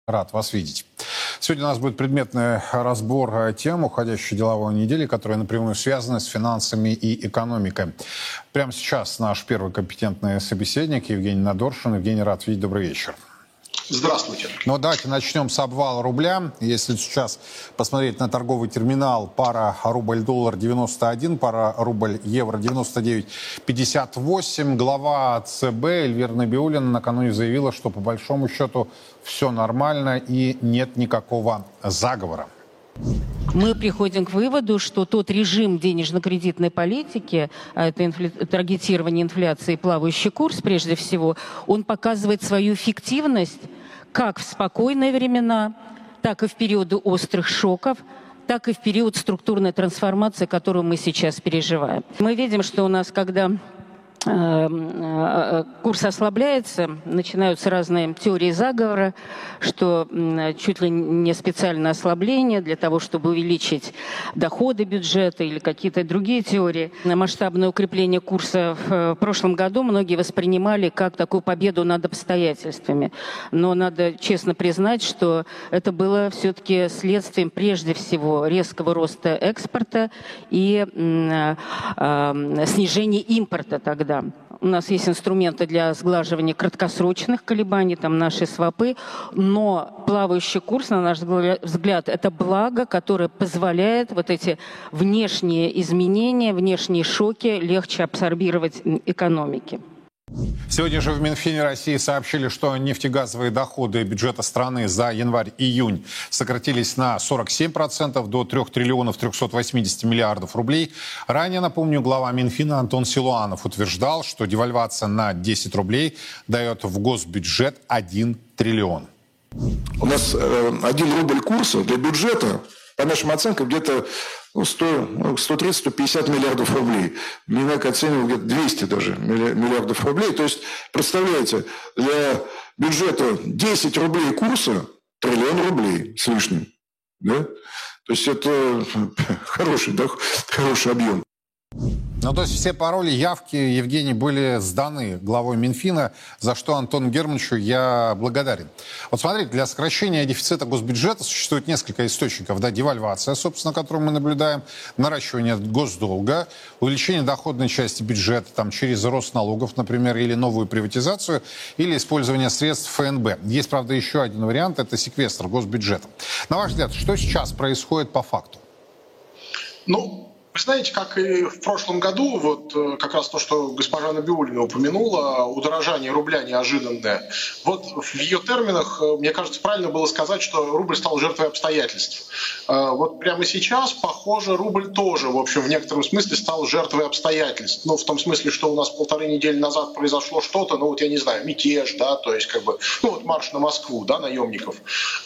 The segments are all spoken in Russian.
Рад вас видеть. Сегодня у нас будет предметный разбор тем уходящей деловой недели, которые напрямую связаны с финансами и экономикой. Прямо сейчас наш первый компетентный собеседник Евгений Надоршин. Евгений, рад видеть. Добрый вечер. Здравствуйте. Ну, давайте начнем с обвала рубля. Если сейчас посмотреть на торговый терминал, пара рубль-доллар 91, пара рубль-евро 99,58. Глава ЦБ Эльвира Набиуллина накануне заявила, что по большому счету все нормально и нет никакого заговора. Мы приходим к выводу, что тот режим денежно-кредитной политики, это таргетирование инфляции и плавающий курс прежде всего, он показывает свою эффективность как в спокойные времена, так и в периоды острых шоков, так и в период структурной трансформации, которую мы сейчас переживаем. Мы видим, что у нас, когда курс ослабляется, начинаются разные теории заговора, что чуть ли не специальное ослабление для того, чтобы увеличить доходы бюджета или какие-то другие теории. Масштабное укрепление курса в прошлом году многие воспринимали как такую победу над обстоятельствами. Но надо честно признать, что это было все-таки следствием прежде всего резкого роста экспорта и снижения импорта тогда. У нас есть инструменты для сглаживания краткосрочных колебаний, там наши свопы, но плавающий курс, на наш взгляд, это благо, которое позволяет вот эти внешние изменения, внешние шоки легче абсорбировать экономике. Сегодня же в Минфине России сообщили, что нефтегазовые доходы бюджета страны за январь-июнь сократились на 47% до 3 триллионов 380 миллиардов рублей. Ранее, напомню, глава Минфина Антон Силуанов утверждал, что девальвация на 10 рублей дает в госбюджет 1 триллион. У нас 1 рубль курса для бюджета, по нашим оценкам, где-то 130-150 миллиардов рублей. Минэк оценивал где-то 200 даже миллиардов рублей. То есть, представляете, для бюджета 10 рублей курса триллион рублей с лишним. Да? То есть это хороший объем. Ну, то есть все пароли, явки, Евгений, были сданы главой Минфина, за что Антону Германовичу я благодарен. Вот смотрите, для сокращения дефицита госбюджета существует несколько источников. Да, девальвация, собственно, которую мы наблюдаем, наращивание госдолга, увеличение доходной части бюджета там, через рост налогов, например, или новую приватизацию, или использование средств ФНБ. Есть, правда, еще один вариант, это секвестр госбюджета. На ваш взгляд, что сейчас происходит по факту? Вы знаете, как и в прошлом году, вот как раз то, что госпожа Набиуллина упомянула, удорожание рубля неожиданное. Вот в ее терминах, мне кажется, правильно было сказать, что рубль стал жертвой обстоятельств. Вот прямо сейчас, похоже, рубль тоже, в общем, в некотором смысле стал жертвой обстоятельств. Ну, в том смысле, что у нас 1,5 недели назад произошло что-то, ну вот я не знаю, мятеж, да, то есть как бы, ну вот марш на Москву, да, наемников.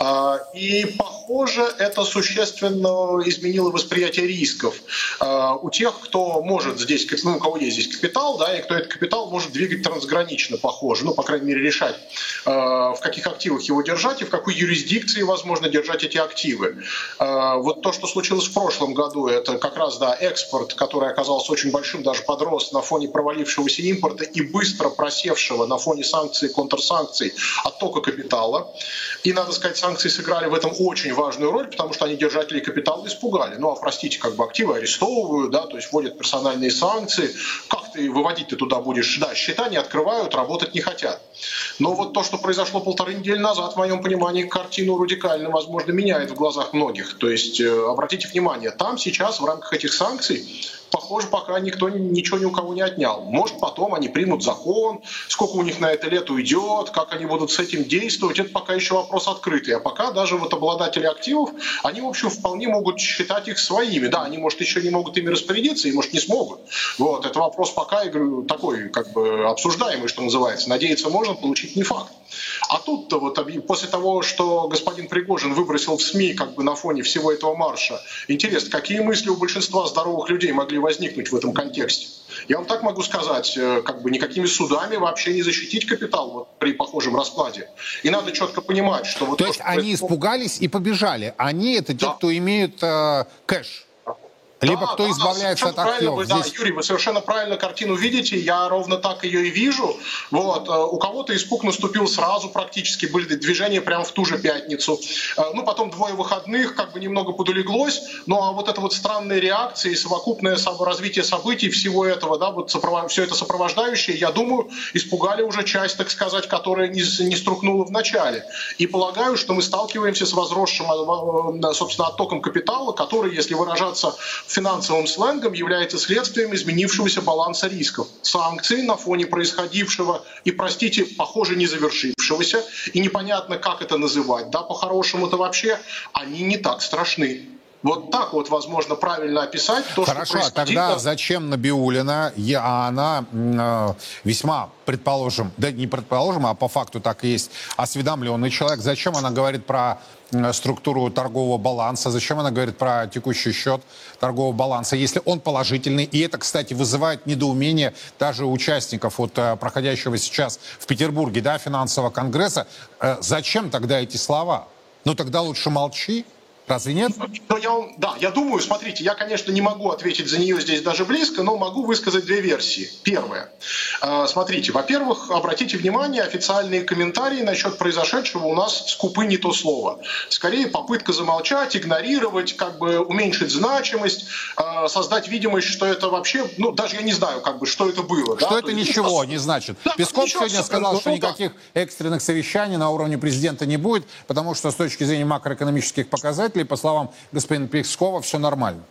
И похоже, это существенно изменило восприятие рисков. У тех, кто может здесь, ну, у кого есть здесь капитал, да, и кто этот капитал может двигать трансгранично, похоже, ну, по крайней мере, решать, в каких активах его держать и в какой юрисдикции возможно держать эти активы. Вот то, что случилось в прошлом году, это как раз, да, экспорт, который оказался очень большим, даже подрос на фоне провалившегося импорта и быстро просевшего на фоне санкций, контрсанкций оттока капитала. И, надо сказать, санкции сыграли в этом очень важную роль, потому что они держателей капитала испугали. Ну, а простите, как бы активы арестовывают, да, то есть вводят персональные санкции. Как ты выводить ты туда будешь? Да, счета не открывают, работать не хотят. Но вот то, что произошло 1,5 недели назад, в моем понимании, картину радикально, возможно, меняет в глазах многих. То есть, обратите внимание, там сейчас в рамках этих санкций, похоже, пока никто ничего ни у кого не отнял. Может, потом они примут закон, сколько у них на это лет уйдет, как они будут с этим действовать, это пока еще вопрос открытый. А пока даже вот обладатели активов, они, в общем, вполне могут считать их своими. Да, они, может, еще не могут ими распорядиться и, может, не смогут. Вот, это вопрос пока, я говорю, такой, как бы, обсуждаемый, что называется. Надеяться можно, получить не факт. А тут-то вот после того, что господин Пригожин выбросил в СМИ как бы на фоне всего этого марша, интересно, какие мысли у большинства здоровых людей могли возникнуть в этом контексте? Я вам так могу сказать, как бы никакими судами вообще не защитить капитал вот при похожем раскладе. И надо четко понимать, что... Вот то есть они испугались и побежали. Они — это те, кто имеют кэш. Либо кто избавляется от активов. Да, Юрий, вы совершенно правильно картину видите, я ровно так ее и вижу. Вот. У кого-то испуг наступил сразу практически, были движения прямо в ту же пятницу. Ну, потом 2 выходных, как бы немного подулеглось. Ну, а вот эта вот странная реакция и совокупное развитие событий всего этого, да, вот все это сопровождающее, я думаю, испугали уже часть, так сказать, которая не струхнула в начале. И полагаю, что мы сталкиваемся с возросшим, собственно, оттоком капитала, который, если выражаться финансовым сленгом, является следствием изменившегося баланса рисков. Санкции на фоне происходившего и, простите, похоже, не завершившегося, и непонятно, как это называть. Да, по-хорошему-то вообще они не так страшны. Вот так вот, возможно, правильно описать то, Хорошо, что происходило. тогда зачем Набиуллина, она весьма, предположим, да не предположим, а по факту так и есть, осведомленный человек, зачем она говорит про структуру торгового баланса, зачем она говорит про текущий счет торгового баланса, если он положительный, и это, кстати, вызывает недоумение даже у участников вот проходящего сейчас в Петербурге, да, финансового конгресса. Зачем тогда эти слова? Ну тогда лучше молчи. Разве нет? Я думаю, смотрите, я, конечно, не могу ответить за нее здесь даже близко, но могу высказать 2 версии. Первая. Смотрите, во-первых, обратите внимание, официальные комментарии насчет произошедшего у нас скупы не то слово. Скорее, попытка замолчать, игнорировать, как бы уменьшить значимость, создать видимость, что это вообще, ну, даже я не знаю, как бы, что это было. Что да? это ничего не значит. Да, Песков сегодня сказал, что никаких экстренных совещаний на уровне президента не будет, потому что с точки зрения макроэкономических показателей, по словам господина Пескова, все нормально.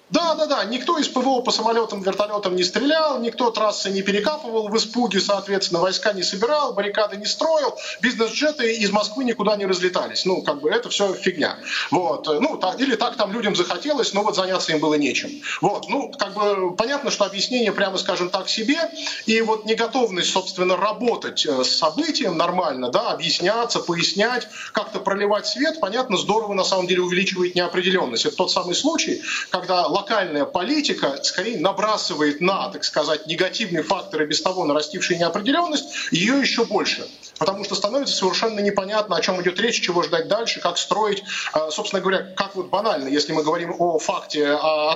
Да. Никто из ПВО по самолетам, вертолетам не стрелял, никто трассы не перекапывал в испуге, соответственно, войска не собирал, баррикады не строил, бизнес-джеты из Москвы никуда не разлетались. Ну, как бы это все фигня. Вот. Ну, или так там людям захотелось, но вот заняться им было нечем. Вот. Ну, как бы понятно, что объяснение, прямо скажем так, себе, и вот неготовность, собственно, работать с событием нормально, да, объясняться, пояснять, как-то проливать свет, понятно, здорово на самом деле увеличивает неопределенность. Это тот самый случай, когда локальная политика скорее набрасывает на, так сказать, негативные факторы, без того нарастившие неопределенность, ее еще больше. Потому что становится совершенно непонятно, о чем идет речь, чего ждать дальше, как строить, собственно говоря, как вот банально, если мы говорим о факте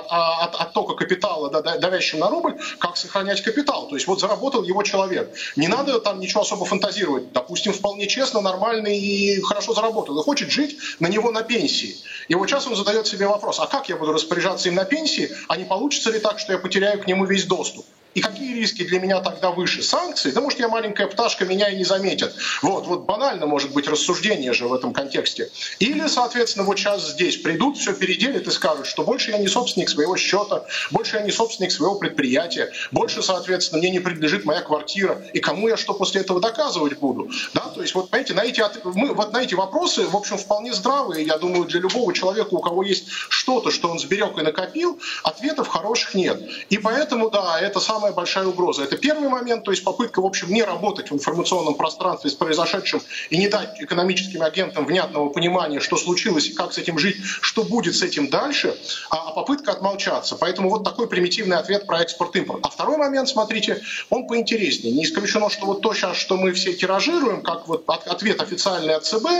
оттока капитала, да, давящем на рубль, как сохранять капитал. То есть вот заработал его человек. Не надо там ничего особо фантазировать. Допустим, вполне честно, нормально и хорошо заработал. И хочет жить на него на пенсии. И вот сейчас он задает себе вопрос, а как я буду распоряжаться им на пенсии, а не получится ли так, что я потеряю к нему весь доступ? И какие риски для меня тогда выше? Санкции? Да может, я маленькая пташка, меня и не заметят. Вот банально может быть рассуждение же в этом контексте. Или, соответственно, вот сейчас здесь придут, все переделят и скажут, что больше я не собственник своего счета, больше я не собственник своего предприятия, больше, соответственно, мне не принадлежит моя квартира. И кому я что после этого доказывать буду? Да, то есть вот, понимаете, на эти вопросы, в общем, вполне здравые, я думаю, для любого человека, у кого есть что-то, что он сберег и накопил, ответов хороших нет. И поэтому, да, это самая большая угроза. Это первый момент, то есть попытка, в общем, не работать в информационном пространстве с произошедшим и не дать экономическим агентам внятного понимания, что случилось и как с этим жить, что будет с этим дальше, а попытка отмолчаться. Поэтому вот такой примитивный ответ про экспорт-импорт. А второй момент, смотрите, он поинтереснее. Не исключено, что вот то сейчас, что мы все тиражируем, как вот ответ официальный от ЦБ,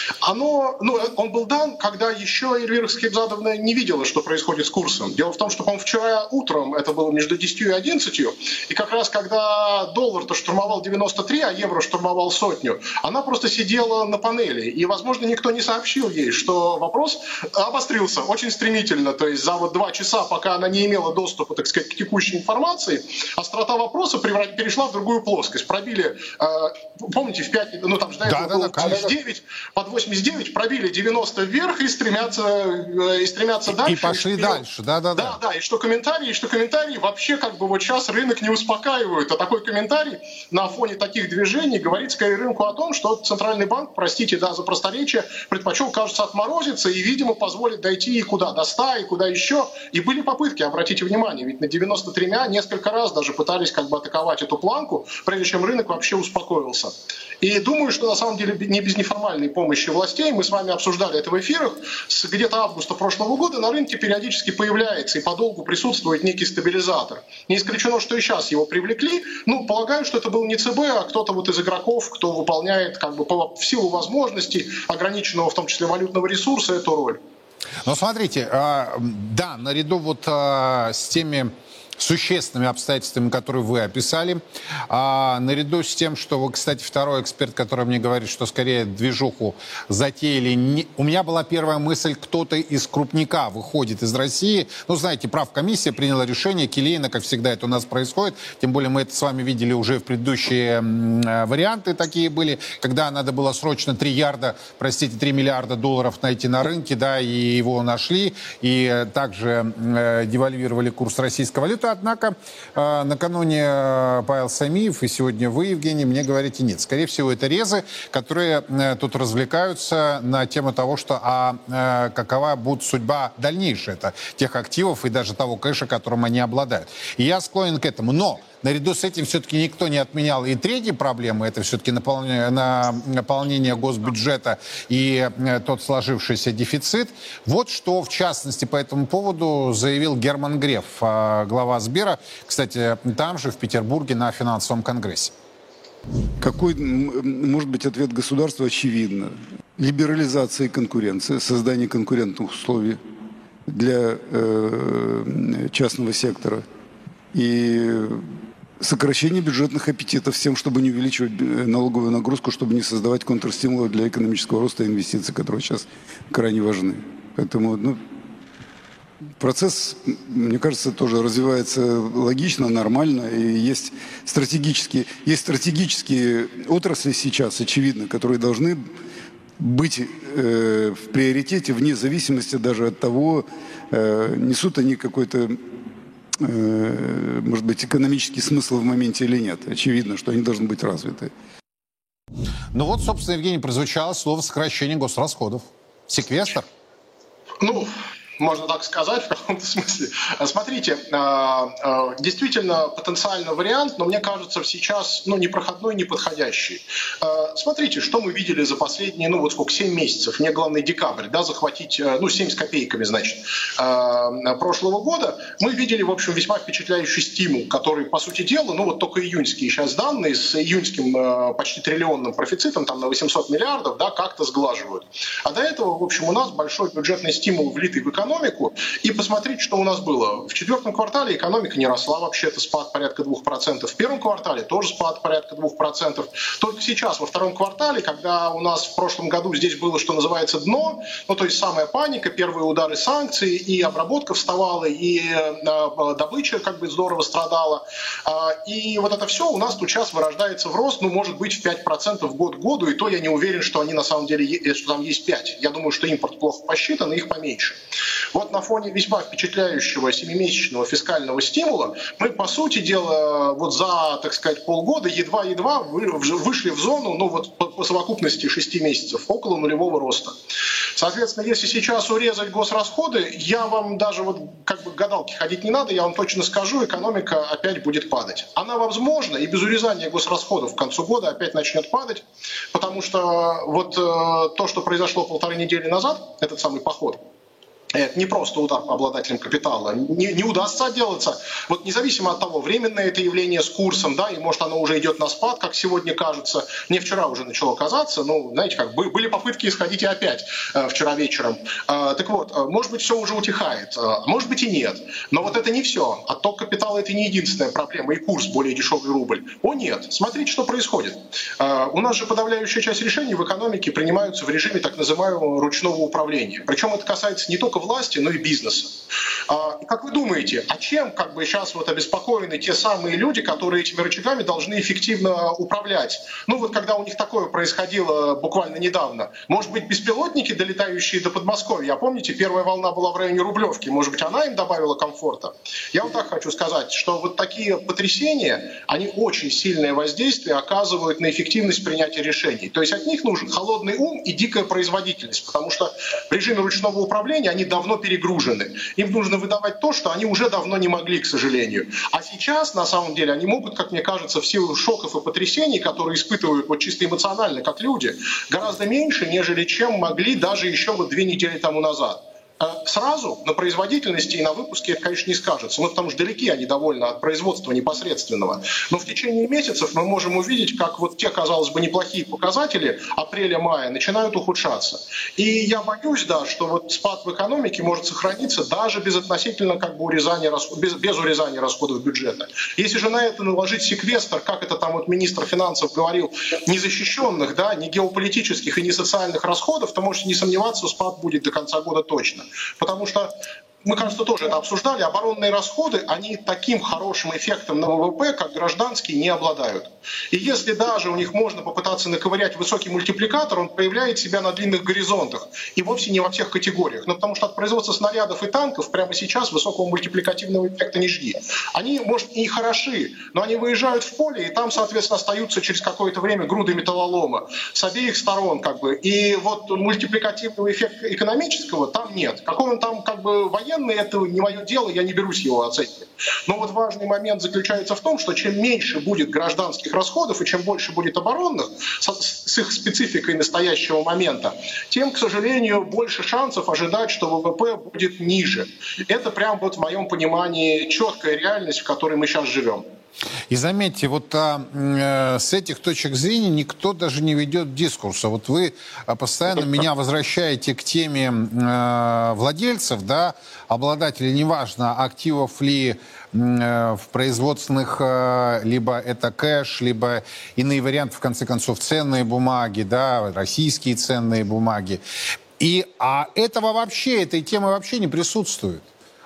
он был дан, когда еще Эльвира Схибзадовна не видела, что происходит с курсом. Дело в том, что, по-моему, вчера утром, это было между 10 и 11, и как раз когда доллар-то штурмовал 93, а евро штурмовал 100, она просто сидела на панели. И, возможно, никто не сообщил ей, что вопрос обострился очень стремительно. То есть за вот 2 часа, пока она не имела доступа, так сказать, к текущей информации, острота вопроса перешла в другую плоскость. Пробили, помните, в 5, ну там же до этого было 89, под 89, пробили 90 вверх и стремятся дальше. И пошли дальше, да. И что комментарии вообще как бы вот сейчас рынок не успокаивают. А такой комментарий на фоне таких движений говорит скорее рынку о том, что Центральный банк, простите, да, за просторечие, предпочел, кажется, отморозиться и, видимо, позволит дойти и куда, до 100, и куда еще. И были попытки, обратите внимание, ведь на 93 несколько раз даже пытались как бы атаковать эту планку, прежде чем рынок вообще успокоился. И думаю, что на самом деле не без неформальной помощи властей, мы с вами обсуждали это в эфирах, с где-то августа прошлого года на рынке периодически появляется и подолгу присутствует некий стабилизатор. Не исключено, что и сейчас его привлекли. Ну, полагаю, что это был не ЦБ, а кто-то вот из игроков, кто выполняет как бы в силу возможностей, ограниченного в том числе валютного ресурса, эту роль. Но смотрите, да, наряду вот с теми существенными обстоятельствами, которые вы описали, наряду с тем, что вы, кстати, второй эксперт, который мне говорит, что скорее движуху затеяли. У меня была первая мысль, кто-то из крупника выходит из России. Ну, знаете, правкомиссия приняла решение, келейно, как всегда это у нас происходит. Тем более мы это с вами видели уже в предыдущие варианты такие были, когда надо было срочно 3 миллиарда долларов найти на рынке, да, и его нашли, и также девальвировали курс российской валюты. Однако накануне Павел Самиев и сегодня вы, Евгений, мне говорите нет. Скорее всего, это резы, которые тут развлекаются на тему того, что какова будет судьба дальнейшая тех активов и даже того кэша, которым они обладают. И я склонен к этому. Но наряду с этим все-таки никто не отменял и третьей проблемы, это все-таки наполнение госбюджета и тот сложившийся дефицит. Вот что, в частности, по этому поводу заявил Герман Греф, глава Сбера, кстати, там же, в Петербурге, на финансовом конгрессе. Какой может быть ответ государства? Очевидно. Либерализация и конкуренция, создание конкурентных условий для частного сектора и сокращение бюджетных аппетитов с тем, чтобы не увеличивать налоговую нагрузку, чтобы не создавать контрстимулы для экономического роста и инвестиций, которые сейчас крайне важны. Поэтому процесс, мне кажется, тоже развивается логично, нормально. И есть стратегические отрасли сейчас, очевидно, которые должны быть в приоритете вне зависимости даже от того, несут они какой-то, может быть, экономический смысл в моменте или нет. Очевидно, что они должны быть развиты. Ну вот, собственно, Евгений, прозвучало слово сокращение госрасходов. Секвестр? Можно так сказать в каком-то смысле. Смотрите, действительно потенциальный вариант, но мне кажется сейчас непроходной, неподходящий. Смотрите, что мы видели за последние, 7 месяцев, мне главное декабрь, захватить, 7 с копейками, значит, прошлого года. Мы видели, в общем, весьма впечатляющий стимул, который, по сути дела, только июньские сейчас данные с июньским почти триллионным профицитом, там на 800 миллиардов, как-то сглаживают. А до этого, в общем, у нас большой бюджетный стимул, влитый в экономику. И посмотрите, что у нас было. В 4-м квартале экономика не росла вообще-то, спад порядка 2%. В 1-м квартале тоже спад порядка 2%. Только сейчас, во 2-м квартале, когда у нас в прошлом году здесь было, что называется, дно, то есть самая паника, первые удары санкций, и обработка вставала, и добыча здорово страдала. И вот это все у нас тут сейчас вырождается в рост, может быть, в 5% год к году, и то я не уверен, что они на самом деле, что там есть 5. Я думаю, что импорт плохо посчитан, и их поменьше. Вот на фоне весьма впечатляющего 7-месячного фискального стимула мы, по сути дела, за, так сказать, полгода едва-едва вышли в зону, по совокупности 6 месяцев, около нулевого роста. Соответственно, если сейчас урезать госрасходы, я вам даже к гадалке ходить не надо, я вам точно скажу, экономика опять будет падать. Она возможно и без урезания госрасходов к концу года опять начнет падать, потому что то, что произошло 1,5 недели назад, этот самый поход, это не просто удар по обладателям капитала. Не удастся отделаться. Независимо от того, временное это явление с курсом, и может оно уже идет на спад, как сегодня кажется. Мне вчера уже начало казаться. Знаете, были попытки исходить и опять вчера вечером. Так вот, может быть, все уже утихает. Может быть и нет. Но это не все. Отток капитала это не единственная проблема. И курс более дешевый рубль. О нет. Смотрите, что происходит. У нас же подавляющая часть решений в экономике принимаются в режиме так называемого ручного управления. Причем это касается не только власти, но и бизнеса. Как вы думаете, чем сейчас обеспокоены те самые люди, которые этими рычагами должны эффективно управлять? Когда у них такое происходило буквально недавно. Может быть, беспилотники, долетающие до Подмосковья? Помните, первая волна была в районе Рублевки. Может быть, она им добавила комфорта? Я так хочу сказать, что такие потрясения, они очень сильное воздействие оказывают на эффективность принятия решений. То есть от них нужен холодный ум и дикая производительность, потому что в режиме ручного управления они давно перегружены. Им нужно выдавать то, что они уже давно не могли, к сожалению. А сейчас, на самом деле, они могут, как мне кажется, в силу шоков и потрясений, которые испытывают чисто эмоционально, как люди, гораздо меньше, нежели чем могли даже еще 2 недели тому назад. Сразу на производительности и на выпуске это, конечно, не скажется. Мы потому что далеки они довольно от производства непосредственного. Но в течение месяцев мы можем увидеть, как вот те, казалось бы, неплохие показатели апреля-мая начинают ухудшаться. И я боюсь, да, что вот спад в экономике может сохраниться даже без относительно как бы урезания без урезания расходов бюджета. Если же на это наложить секвестр, как это там вот министр финансов говорил, незащищенных, да, не геополитических и не социальных расходов, то можете не сомневаться, спад будет до конца года точно. Потому что мы, кажется, тоже это обсуждали, оборонные расходы, они таким хорошим эффектом на ВВП, как гражданские, не обладают. И если даже у них можно попытаться наковырять высокий мультипликатор, он проявляет себя на длинных горизонтах. И вовсе не во всех категориях. Но потому что от производства снарядов и танков прямо сейчас высокого мультипликативного эффекта не жди. Они, может, и хороши, но они выезжают в поле, и там, соответственно, остаются через какое-то время груды металлолома с обеих сторон. Как бы. И вот мультипликативного эффекта экономического там нет. Какой он там как бы военный, это не мое дело, я не берусь его оценивать. Но вот важный момент заключается в том, что чем меньше будет гражданских расходов и чем больше будет оборонных с их спецификой настоящего момента, тем, к сожалению, больше шансов ожидать, что ВВП будет ниже. Это прям вот в моем понимании четкая реальность, в которой мы сейчас живем. И заметьте, вот с этих точек зрения никто даже не ведет дискурса. Вот вы постоянно меня возвращаете к теме владельцев, да, обладателей, неважно, активов ли в производственных, либо это кэш, либо иные варианты, в конце концов, ценные бумаги, да, российские ценные бумаги. А этого вообще, этой темы вообще не присутствует.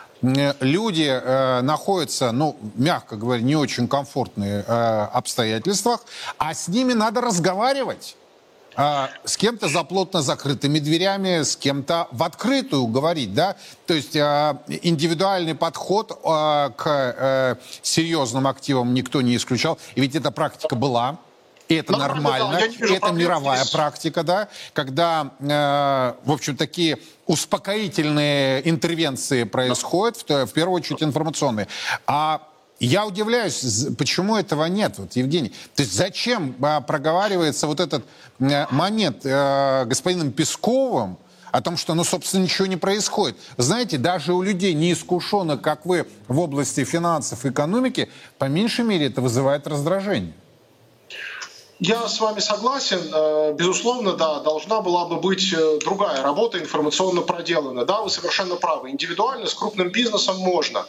Люди находятся, ну, мягко говоря, не очень комфортных обстоятельствах, а с ними надо разговаривать. С кем-то за плотно закрытыми дверями, с кем-то в открытую говорить, да? То есть индивидуальный подход к серьезным активам никто не исключал. И ведь эта практика была. И это нормально, это мировая практика, да, когда, в общем, такие успокоительные интервенции происходят, в первую очередь информационные. А я удивляюсь, почему этого нет, вот, Евгений. То есть зачем проговаривается вот этот момент господином Песковым о том, что, ну, собственно, ничего не происходит. Знаете, даже у людей, неискушенных, как вы, в области финансов и экономики, по меньшей мере это вызывает раздражение. Я с вами согласен. Безусловно, да, должна была бы быть другая работа информационно проделана. Да, вы совершенно правы. Индивидуально с крупным бизнесом можно.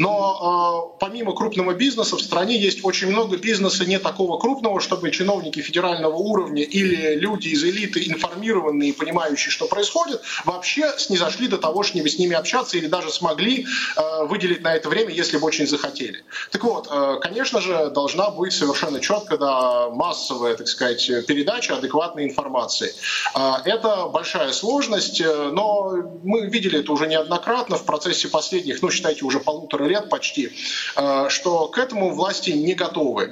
Но помимо крупного бизнеса в стране есть очень много бизнеса не такого крупного, чтобы чиновники федерального уровня или люди из элиты, информированные и понимающие, что происходит, вообще снизошли до того, чтобы с ними общаться или даже смогли выделить на это время, если бы очень захотели. Так вот, конечно же, должна быть совершенно четко, да, массовая, так сказать, передача адекватной информации. Это большая сложность, но мы видели это уже неоднократно в процессе последних, ну, считайте, уже 1,5 лет почти, что к этому власти не готовы.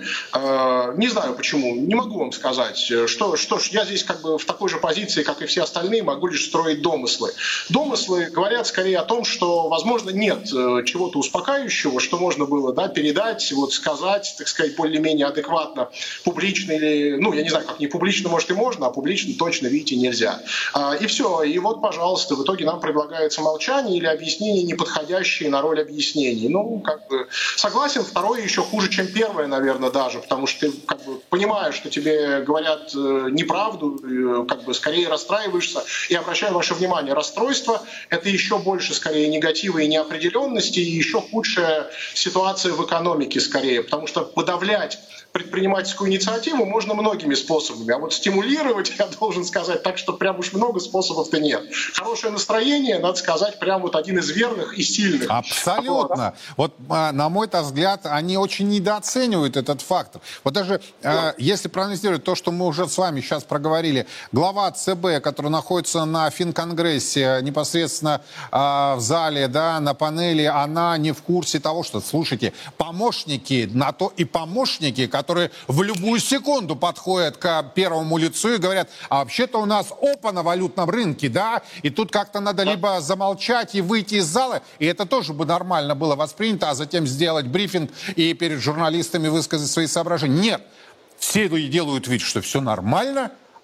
Не знаю почему, не могу вам сказать. Что ж, я здесь как бы в такой же позиции, как и все остальные, могу лишь строить домыслы. Домыслы говорят скорее о том, что, возможно, нет чего-то успокаивающего, что можно было, да, передать, вот сказать, так сказать, более-менее адекватно, публично или, ну, я не знаю, как не публично, может, и можно, а публично точно, видите, нельзя. И все. И вот, пожалуйста, в итоге нам предлагается молчание или объяснение, не подходящие на роль объяснений. Ну, как бы, согласен, второе еще хуже, чем первое, наверное, даже, потому что ты, как бы, понимаешь, что тебе говорят неправду, как бы, скорее расстраиваешься. И обращаю ваше внимание, расстройство — это еще больше, скорее, негатива и неопределенности, и еще худшая ситуация в экономике, скорее, потому что подавлять предпринимательскую инициативу можно многими способами, а вот стимулировать, я должен сказать, так что прям уж много способов-то нет. Хорошее настроение, надо сказать, прям вот один из верных и сильных. Абсолютно. Вот, на мой взгляд, они очень недооценивают этот фактор. Вот даже если проанализировать то, что мы уже с вами сейчас проговорили, глава ЦБ, который находится на Финконгрессе, непосредственно в зале, да, на панели, она не в курсе того, что, слушайте, помощники, на то и помощники, которые в любую секунду подходят к первому лицу и говорят, а вообще-то у нас опа на валютном рынке, да, и тут как-то надо либо замолчать и выйти из зала, и это тоже бы нормально было воспринято, а затем сделать брифинг и перед журналистами высказать свои соображения. Нет, все делают вид, что все нормально,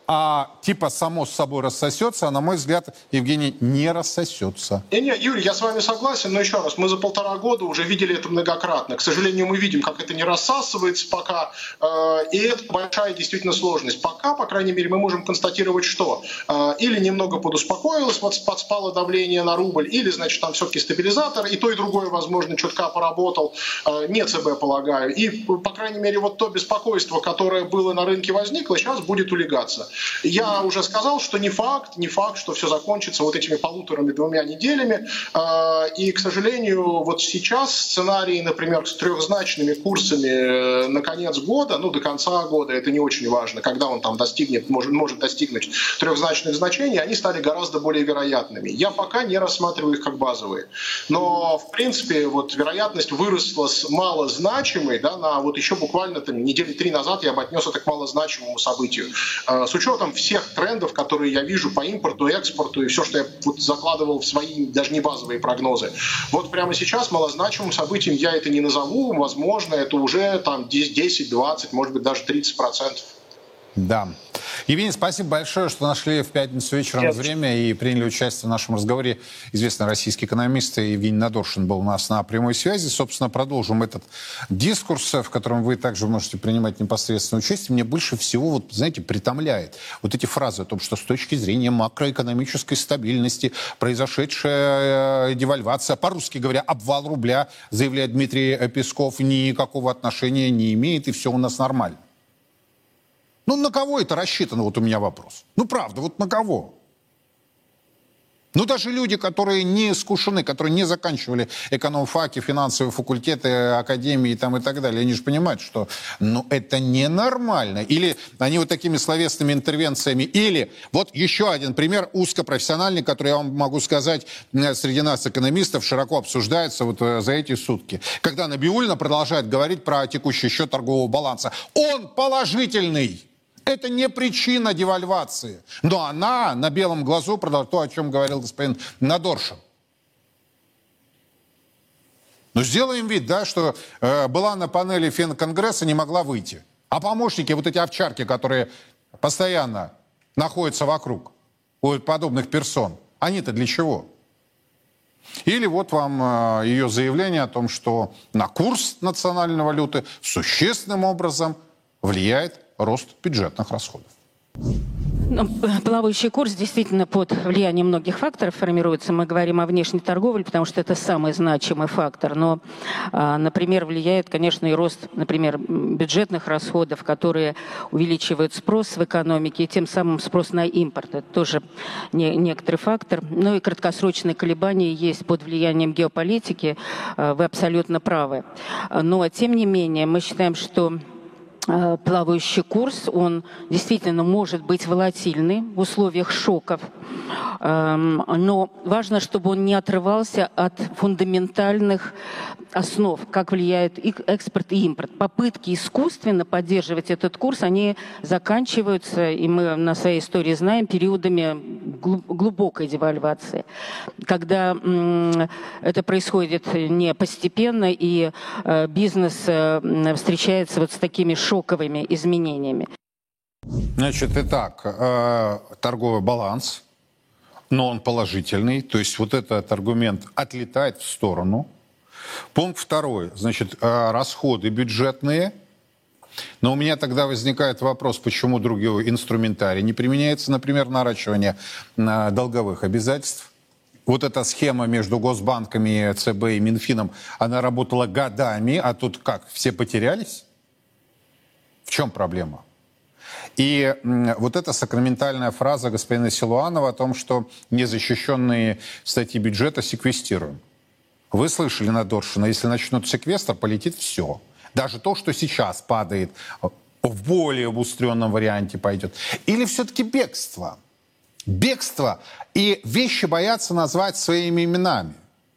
типа само с собой рассосется, а на мой взгляд, Евгений, не рассосется. Не, Юрий, я с вами согласен, но еще раз, мы за 1,5 года уже видели это многократно. К сожалению, мы видим, как это не рассасывается пока, и это большая действительно сложность. Пока, по крайней мере, мы можем констатировать, что или немного подуспокоилось, вот подспало давление на рубль, или, значит, там все-таки стабилизатор, и то, и другое, возможно, чутка поработал, не ЦБ, полагаю. И, по крайней мере, вот то беспокойство, которое было на рынке возникло, сейчас будет улегаться. Я уже сказал, что не факт, что все закончится вот этими 1,5-2 неделями. И, к сожалению, вот сейчас сценарий, например, с трехзначными курсами на конец года, ну, до конца года, это не очень важно, когда он там достигнет, может достигнуть трехзначных значений, они стали гораздо более вероятными. Я пока не рассматриваю их как базовые. Но, в принципе, вот вероятность выросла с малозначимой, да, на вот еще буквально там, недели 3 назад я бы отнес это к малозначимому событию. С учетом всех трендов, которые я вижу по импорту, экспорту и все, что я вот закладывал в свои даже не базовые прогнозы. Вот прямо сейчас малозначимым событием я это не назову. Возможно, это уже там 10, 20, может быть, даже 30%. Да. Евгений, спасибо большое, что нашли в пятницу вечером время и приняли участие в нашем разговоре. Известный российский экономист Евгений Надоршин был у нас на прямой связи. Собственно, продолжим этот дискурс, в котором вы также можете принимать непосредственное участие. Мне больше всего, вот, знаете, притомляет вот эти фразы о том, что с точки зрения макроэкономической стабильности произошедшая девальвация, по-русски говоря, обвал рубля, заявляет Дмитрий Песков, никакого отношения не имеет, и все у нас нормально. Ну, на кого это рассчитано, вот у меня вопрос. Ну, правда, вот на кого? Ну, даже люди, которые не искушены, которые не заканчивали экономфаки, финансовые факультеты, академии там, и так далее, они же понимают, что ну, это ненормально. Или они вот такими словесными интервенциями, или вот еще один пример узкопрофессиональный, который, я вам могу сказать, среди нас, экономистов, широко обсуждается вот за эти сутки. Когда Набиуллина продолжает говорить про текущий счет торгового баланса. Он положительный! Это не причина девальвации. Но она на белом глазу продала то, о чем говорил господин Надоршин. Ну, сделаем вид, да, что была на панели Финконгресса, не могла выйти. А помощники, вот эти овчарки, которые постоянно находятся вокруг у подобных персон, они-то для чего? Или вот вам ее заявление о том, что на курс национальной валюты существенным образом влияет рост бюджетных расходов. Ну, плавающий курс действительно под влиянием многих факторов формируется. Мы говорим о внешней торговле, потому что это самый значимый фактор. Но, например, влияет, конечно, и рост, например, бюджетных расходов, которые увеличивают спрос в экономике, и тем самым спрос на импорт. Это тоже некоторый фактор. Ну и краткосрочные колебания есть под влиянием геополитики. Вы абсолютно правы. Но, тем не менее, мы считаем, что плавающий курс, он действительно может быть волатильный в условиях шоков, но важно, чтобы он не отрывался от фундаментальных основ, как влияет и экспорт, и импорт. Попытки искусственно поддерживать этот курс, они заканчиваются, и мы на своей истории знаем, периодами глубокой девальвации, когда это происходит не постепенно, и бизнес встречается вот с такими шоковыми изменениями. Значит, итак, торговый баланс, но он положительный, то есть вот этот аргумент отлетает в сторону. Пункт второй, значит, расходы бюджетные. Но у меня тогда возникает вопрос, почему другой инструментарий не применяется, например, наращивание долговых обязательств. Вот эта схема между Госбанками, ЦБ и Минфином, она работала годами, а тут как, все потерялись? В чем проблема? И вот эта сакраментальная фраза господина Силуанова о том, что незащищенные статьи бюджета секвестируем. Вы слышали Надоршина, если начнут секвестр, полетит все. Даже то, что сейчас падает, в более обустренном варианте пойдет. Или все-таки бегство? Бегство. И вещи боятся назвать своими именами.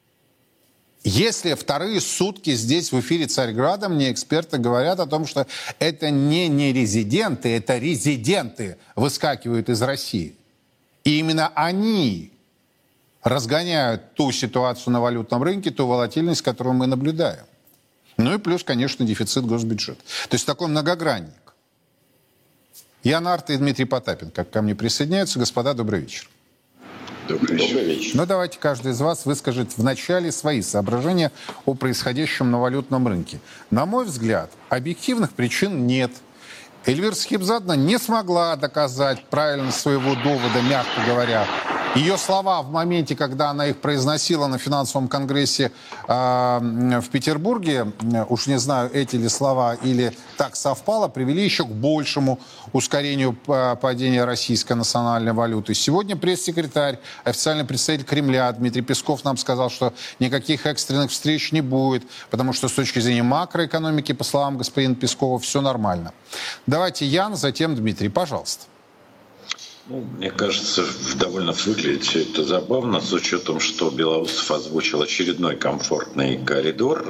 Если вторые сутки здесь в эфире Царьграда, мне эксперты говорят о том, что это не резиденты, это резиденты выскакивают из России. И именно они разгоняют ту ситуацию на валютном рынке, ту волатильность, которую мы наблюдаем. Ну и плюс, конечно, дефицит госбюджета. То есть такой многогранник. Ян Арт и Дмитрий Потапенко ко мне присоединяются. Господа, добрый вечер. Добрый вечер. Ну, давайте каждый из вас выскажет в начале свои соображения о происходящем на валютном рынке. На мой взгляд, объективных причин нет. Эльвира Сахибзадовна не смогла доказать правильность своего довода, мягко говоря. Ее слова в моменте, когда она их произносила на финансовом конгрессе в Петербурге, уж не знаю, эти ли слова или так совпало, привели еще к большему ускорению падения российской национальной валюты. Сегодня пресс-секретарь, официальный представитель Кремля Дмитрий Песков нам сказал, что никаких экстренных встреч не будет, потому что с точки зрения макроэкономики, по словам господина Пескова, все нормально. Давайте Ян, затем Дмитрий, пожалуйста. Ну, мне кажется, довольно выглядит все это забавно, с учетом, что Белоусов озвучил очередной комфортный коридор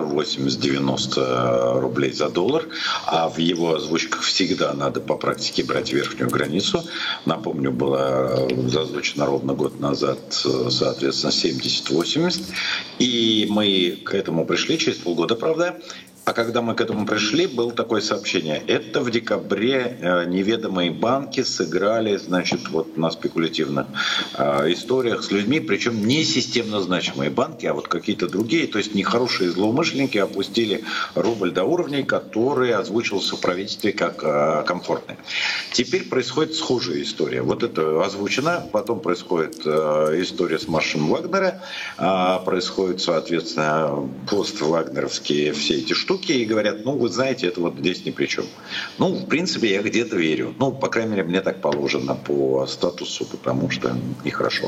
80-90 рублей за доллар, а в его озвучках всегда надо по практике брать верхнюю границу. Напомню, была озвучена ровно год назад, соответственно, 70-80, и мы к этому пришли через полгода, правда. А когда мы к этому пришли, было такое сообщение. Это в декабре неведомые банки сыграли, значит, вот на спекулятивных историях с людьми, причем не системно значимые банки, а вот какие-то другие, то есть нехорошие злоумышленники опустили рубль до уровней, которые озвучивался в правительстве как комфортные. Теперь происходит схожая история. Вот это озвучено, потом происходит история с маршем Вагнера, происходит, соответственно, пост-вагнеровские все эти штуки, и говорят, ну, вы знаете, это вот здесь ни при чем. Ну, в принципе, я где-то верю. Ну, по крайней мере, мне так положено по статусу, потому что нехорошо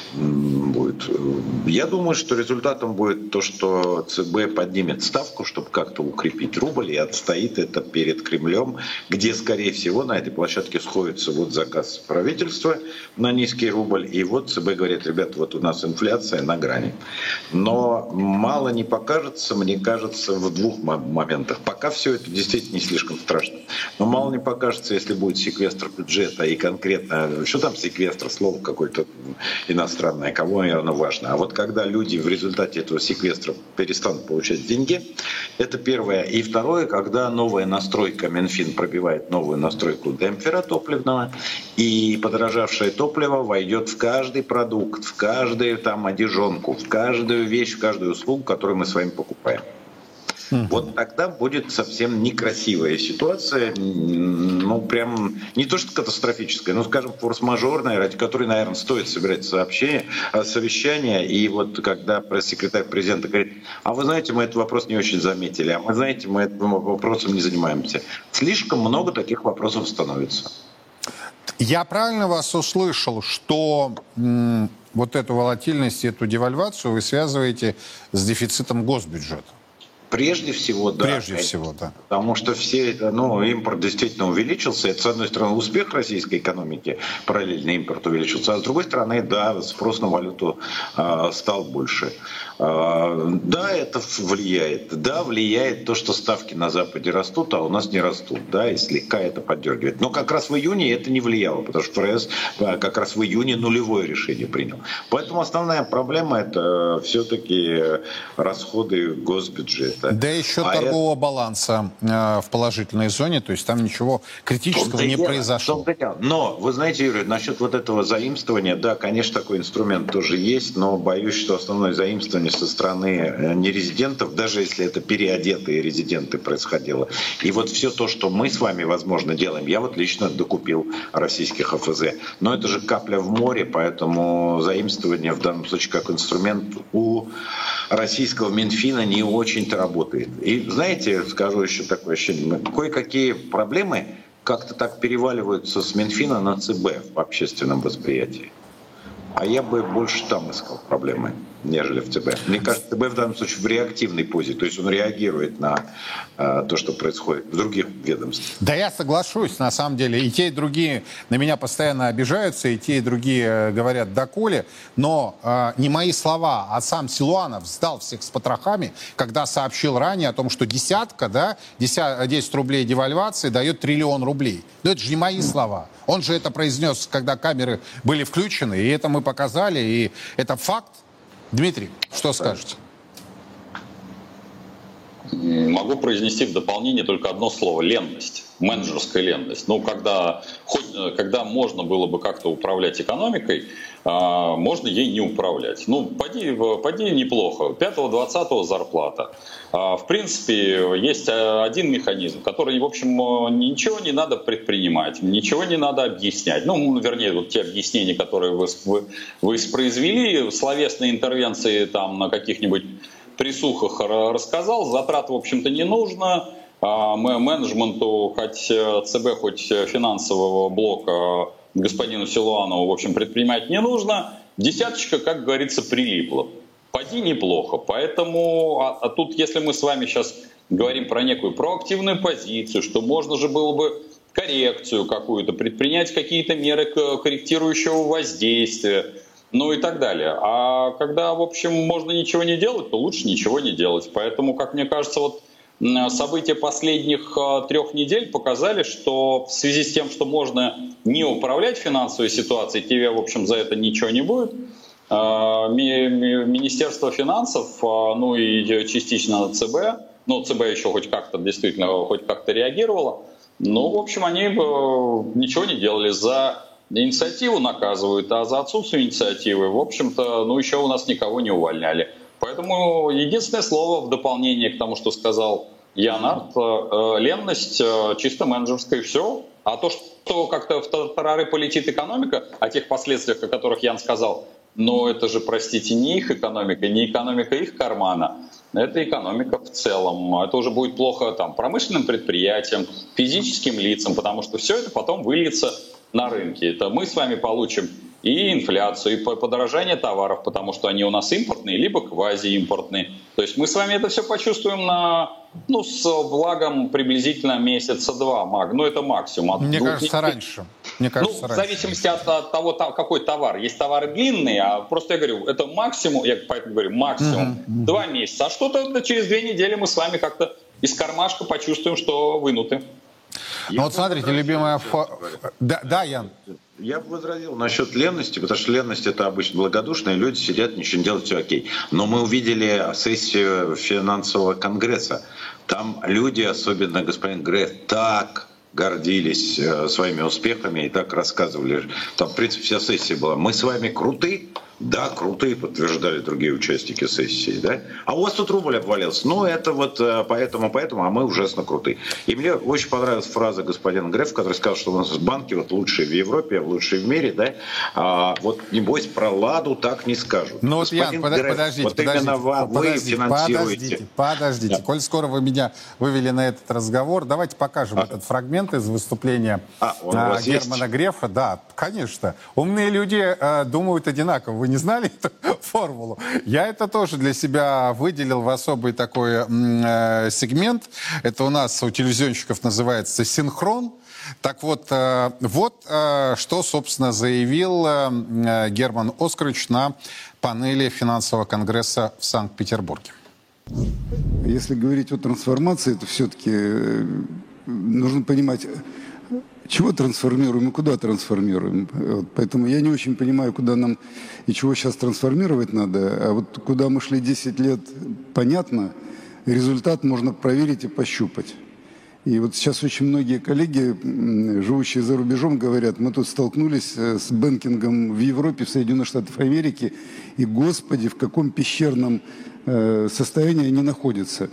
будет. Я думаю, что результатом будет то, что ЦБ поднимет ставку, чтобы как-то укрепить рубль, и отстоит это перед Кремлем, где, скорее всего, на этой площадке сходится вот заказ правительства на низкий рубль, и вот ЦБ говорит, ребят, вот у нас инфляция на грани. Но мало не покажется, мне кажется, в двух моментах. Пока все это действительно не слишком страшно. Но мало не покажется, если будет секвестр бюджета и конкретно, что там секвестр, слово какое-то иностранное, кому оно важно. А вот когда люди в результате этого секвестра перестанут получать деньги, это первое. И второе, когда новая настройка, Минфин пробивает новую настройку демпфера топливного, и подорожавшее топливо войдет в каждый продукт, в каждую там одежонку, в каждую вещь, в каждую услугу, которую мы с вами покупаем. Вот тогда будет совсем некрасивая ситуация, ну прям не то что катастрофическая, но, скажем, форс-мажорная, ради которой, наверное, стоит собирать совещание. И вот когда пресс-секретарь президента говорит, а вы знаете, мы этот вопрос не очень заметили, а вы знаете, мы этим вопросом не занимаемся. Слишком много таких вопросов становится. Я правильно вас услышал, что вот эту волатильность, эту девальвацию вы связываете с дефицитом госбюджета? Прежде всего, да. Прежде всего, да. Потому что все это, импорт действительно увеличился. Это, с одной стороны, успех российской экономики, параллельно импорт увеличился, а с другой стороны, да, спрос на валюту стал больше. Да, это влияет. Да, влияет то, что ставки на Западе растут, а у нас не растут. Да, и слегка это поддергивает. Но как раз в июне это не влияло, потому что ФРС как раз в июне нулевое решение принял. Поэтому основная проблема — это все-таки расходы госбюджета. Да еще торгового баланса в положительной зоне, то есть там ничего критического не произошло. Но, вы знаете, Юрий, насчет вот этого заимствования, да, конечно, такой инструмент тоже есть, но боюсь, что основное заимствование со стороны нерезидентов, даже если это переодетые резиденты происходило. И вот все то, что мы с вами, возможно, делаем, я вот лично докупил российских ОФЗ. Но это же капля в море, поэтому заимствование в данном случае как инструмент у российского Минфина не очень-то работает. И знаете, скажу еще такое ощущение, кое-какие проблемы как-то так переваливаются с Минфина на ЦБ в общественном восприятии. А я бы больше там искал проблемы, нежели в ЦБ. Мне кажется, ЦБ в данном случае в реактивной позе, то есть он реагирует на то, что происходит в других ведомствах. Да, я соглашусь, на самом деле. И те, и другие на меня постоянно обижаются, и те, и другие говорят «доколе». Но не мои слова, а сам Силуанов сдал всех с потрохами, когда сообщил ранее о том, что десятка, да, 10 рублей девальвации дает 1 триллион рублей. Но это же не мои слова. Он же это произнес, когда камеры были включены, и это мы показали, и это факт. Дмитрий, что скажете? Могу произнести в дополнение только одно слово – ленность, менеджерская ленность. Ну, когда можно было бы как-то управлять экономикой, можно ей не управлять. Ну, поди неплохо, 5-20 зарплата. В принципе, есть один механизм, который, в общем, ничего не надо предпринимать, ничего не надо объяснять. Ну, вернее, вот те объяснения, которые вы воспроизвели, словесные интервенции там на каких-нибудь присухах рассказал, затрат, в общем-то, не нужно. Менеджменту, хоть ЦБ, хоть финансового блока господину Силуанову, в общем, предпринимать не нужно. Десяточка, как говорится, прилипла. Поди неплохо. Поэтому, тут, если мы с вами сейчас говорим про некую проактивную позицию, что можно же было бы коррекцию какую-то, предпринять какие-то меры корректирующего воздействия, ну и так далее. А когда, в общем, можно ничего не делать, то лучше ничего не делать. Поэтому, как мне кажется, вот события последних 3 недель показали, что в связи с тем, что можно не управлять финансовой ситуацией, тебе, в общем, за это ничего не будет. Министерство финансов, ну и частично ЦБ, ну ЦБ еще хоть как-то действительно хоть как-то реагировало, ну, в общем, они ничего не делали. За инициативу наказывают, а за отсутствие инициативы, в общем-то, ну, еще у нас никого не увольняли. Поэтому единственное слово в дополнение к тому, что сказал Янард, ленность чисто менеджерская, и все. А то, что как-то в тартарары полетит экономика, о тех последствиях, о которых Ян сказал, но это же, простите, не их экономика, не экономика их кармана, это экономика в целом. Это уже будет плохо там промышленным предприятиям, физическим лицам, потому что все это потом выльется на рынке. Это мы с вами получим и инфляцию, и подорожание товаров, потому что они у нас импортные, либо квазиимпортные. То есть мы с вами это все почувствуем с благом приблизительно месяца 2. Ну, это максимум. Мне кажется, раньше. В зависимости от того, какой товар. Есть товары длинные, а просто я говорю, это максимум, я поэтому говорю, максимум 2 месяца. А что-то через 2 недели мы с вами как-то из кармашка почувствуем, что вынуты. Ну вот смотрите, любимая... Да, Ян. Я бы возразил насчет ленности, потому что ленность — это обычно благодушные люди, сидят, ничего не делают, все окей. Но мы увидели сессию финансового конгресса. Там люди, особенно господин Греф, так гордились своими успехами и так рассказывали. Там, в принципе, вся сессия была. Мы с вами круты? Да, крутые, подтверждали другие участники сессии, да? А у вас тут рубль обвалился. Ну, это вот поэтому, а мы ужасно крутые. И мне очень понравилась фраза господина Грефа, который сказал, что у нас банки вот лучшие в Европе, лучшие в мире, да? Вот, небось, про Ладу так не скажут. Ну, вот, Ян, подождите, вот именно вы финансируете. Подождите. Да. Коль скоро вы меня вывели на этот разговор, давайте покажем этот фрагмент из выступления Германа Грефа. Да, конечно. Умные люди думают одинаково. Вы не знали эту формулу? Я это тоже для себя выделил в особый такой сегмент. Это у нас у телевизионщиков называется синхрон. Так вот, что, собственно, заявил Герман Оскарович на панели финансового конгресса в Санкт-Петербурге. Если говорить о трансформации, то все-таки нужно понимать, чего трансформируем и куда трансформируем. Поэтому я не очень понимаю, куда нам и чего сейчас трансформировать надо. А вот куда мы шли 10 лет, понятно. Результат можно проверить и пощупать. И вот сейчас очень многие коллеги, живущие за рубежом, говорят, мы тут столкнулись с бэнкингом в Европе, в Соединенных Штатах Америки, и, господи, в каком пещерном состоянии они находятся.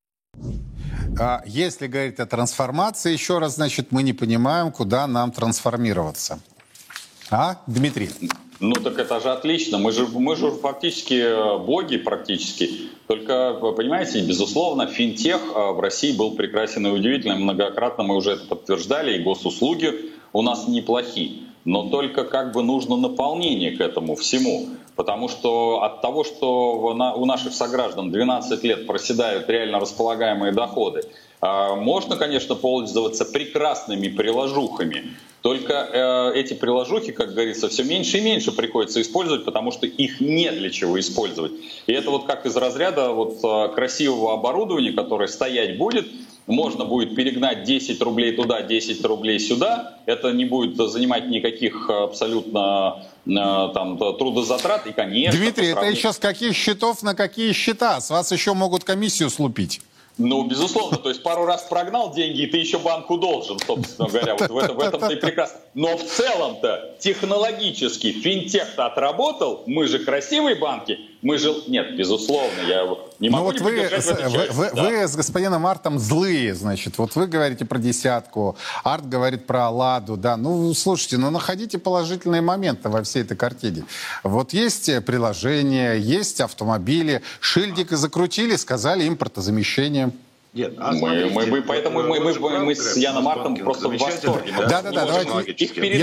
Если говорить о трансформации, еще раз, значит, мы не понимаем, куда нам трансформироваться. Дмитрий? Ну так это же отлично. Мы же фактически боги практически. Только, вы понимаете, безусловно, финтех в России был прекрасен и удивительным. Многократно мы уже это подтверждали, и госуслуги у нас неплохие. Но только как бы нужно наполнение к этому всему. Потому что от того, что у наших сограждан 12 лет проседают реально располагаемые доходы, можно, конечно, пользоваться прекрасными приложухами. Только эти приложухи, как говорится, все меньше и меньше приходится использовать, потому что их не для чего использовать. И это вот как из разряда красивого оборудования, которое стоять будет. Можно будет перегнать 10 рублей туда, 10 рублей сюда. Это не будет занимать никаких абсолютно трудозатрат. И, конечно, Дмитрий, это еще с каких счетов на какие счета? С вас еще могут комиссию слупить. Ну, безусловно, то есть пару раз прогнал деньги, и ты еще банку должен, собственно говоря, вот в этом-то и прекрасно. Но в целом-то технологически финтех-то отработал, мы же красивые банки, мы же... Нет, безусловно, я не могу не поддержать в этой части. Вы с господином Артом злые, значит, вот вы говорите про десятку, Арт говорит про Ладу, да, ну, слушайте, ну, находите положительные моменты во всей этой картине. Вот есть приложения, есть автомобили, шильдик закрутили, сказали импортозамещение. Нет, поэтому мы с Яном Артом просто в восторге. Да, давайте.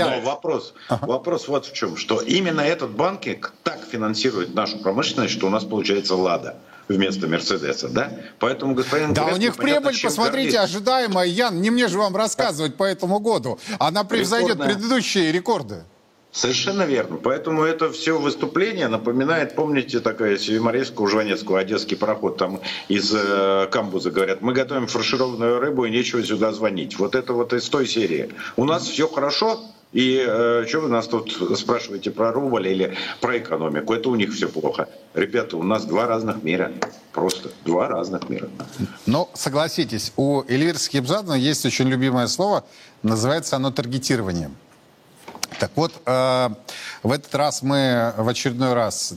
Вопрос вот в чем, что именно этот банкинг так финансирует нашу промышленность, что у нас получается «Лада» вместо «Мерседеса», да? Поэтому господин... Да, у них прибыль, посмотрите, ожидаемая, Ян, не мне же вам рассказывать по этому году. Она превзойдет предыдущие рекорды. Совершенно верно. Поэтому это все выступление напоминает, помните, такая Севиморейского, Жванецкого, одесский пароход, там из камбуза говорят, мы готовим фаршированную рыбу и нечего сюда звонить. Вот это вот из той серии. У нас все хорошо, и что вы нас тут спрашиваете про рубль или про экономику? Это у них все плохо. Ребята, у нас два разных мира. Просто два разных мира. Но согласитесь, у Эльвиры Скибзадовны есть очень любимое слово, называется оно таргетированием. Так вот, в этот раз мы в очередной раз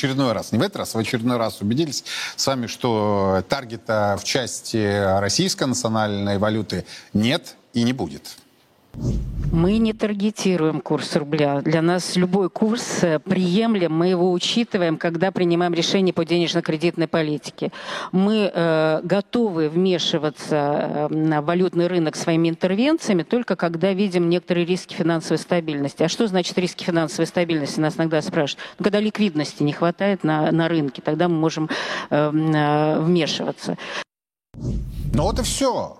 убедились с вами, что таргета в части российской национальной валюты нет и не будет. Мы не таргетируем курс рубля. Для нас любой курс приемлем, мы его учитываем, когда принимаем решения по денежно-кредитной политике. Мы готовы вмешиваться на валютный рынок своими интервенциями только когда видим некоторые риски финансовой стабильности. А что значит риски финансовой стабильности? Нас иногда спрашивают. Ну, когда ликвидности не хватает на рынке, тогда мы можем вмешиваться. Ну вот и все.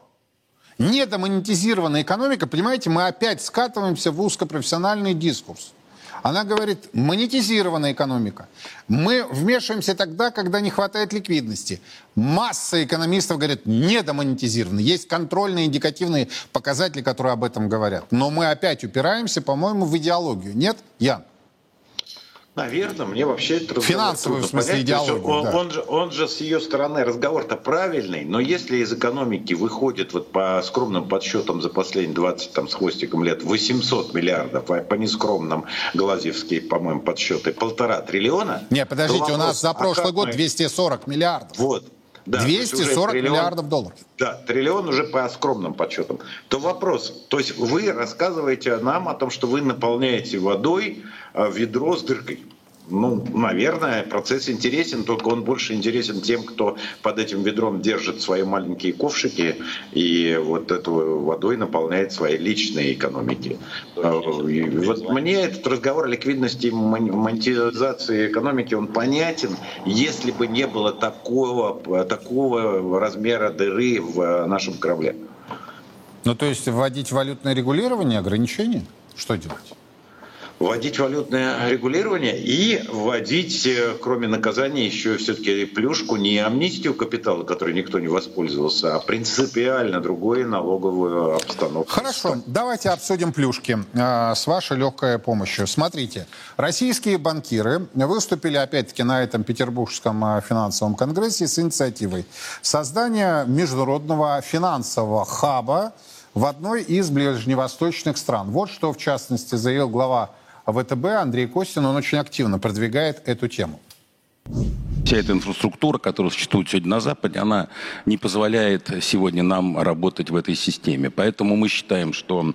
Недомонетизированная экономика, понимаете, мы опять скатываемся в узкопрофессиональный дискурс. Она говорит, монетизированная экономика. Мы вмешиваемся тогда, когда не хватает ликвидности. Масса экономистов говорят, недомонетизированная. Есть контрольные индикативные показатели, которые об этом говорят. Но мы опять упираемся, по-моему, в идеологию. Нет, Ян? Наверное, мне вообще это финансовую, в смысле, идеологию. Он же с ее стороны разговор-то правильный, но если из экономики выходит вот по скромным подсчетам за последние 20 там, с хвостиком лет 800 миллиардов, а по нескромным глазьевские, по-моему, подсчеты 1,5 триллиона... Не, подождите, у нас за прошлый год 240 миллиардов. Вот. Да, 240 миллиардов долларов. Да, триллион уже по скромным подсчетам. То вопрос, то есть вы рассказываете нам о том, что вы наполняете водой ведро с дыркой. Ну, наверное, процесс интересен, только он больше интересен тем, кто под этим ведром держит свои маленькие ковшики и вот эту водой наполняет свои личные экономики. И вот мне этот разговор о ликвидности и монетизации экономики, он понятен, если бы не было такого размера дыры в нашем корабле. Ну, то есть вводить валютное регулирование, ограничения? Что делать? Вводить валютное регулирование и вводить, кроме наказания, еще все-таки плюшку, не амнистию капитала, которой никто не воспользовался, а принципиально другую налоговую обстановку. Хорошо, давайте обсудим плюшки с вашей легкой помощью. Смотрите, российские банкиры выступили опять-таки на этом Петербургском финансовом конгрессе с инициативой создания международного финансового хаба в одной из ближневосточных стран. Вот что, в частности, заявил глава ВТБ Андрей Костин. Он очень активно продвигает эту тему. Вся эта инфраструктура, которая существует сегодня на Западе, она не позволяет сегодня нам работать в этой системе. Поэтому мы считаем, что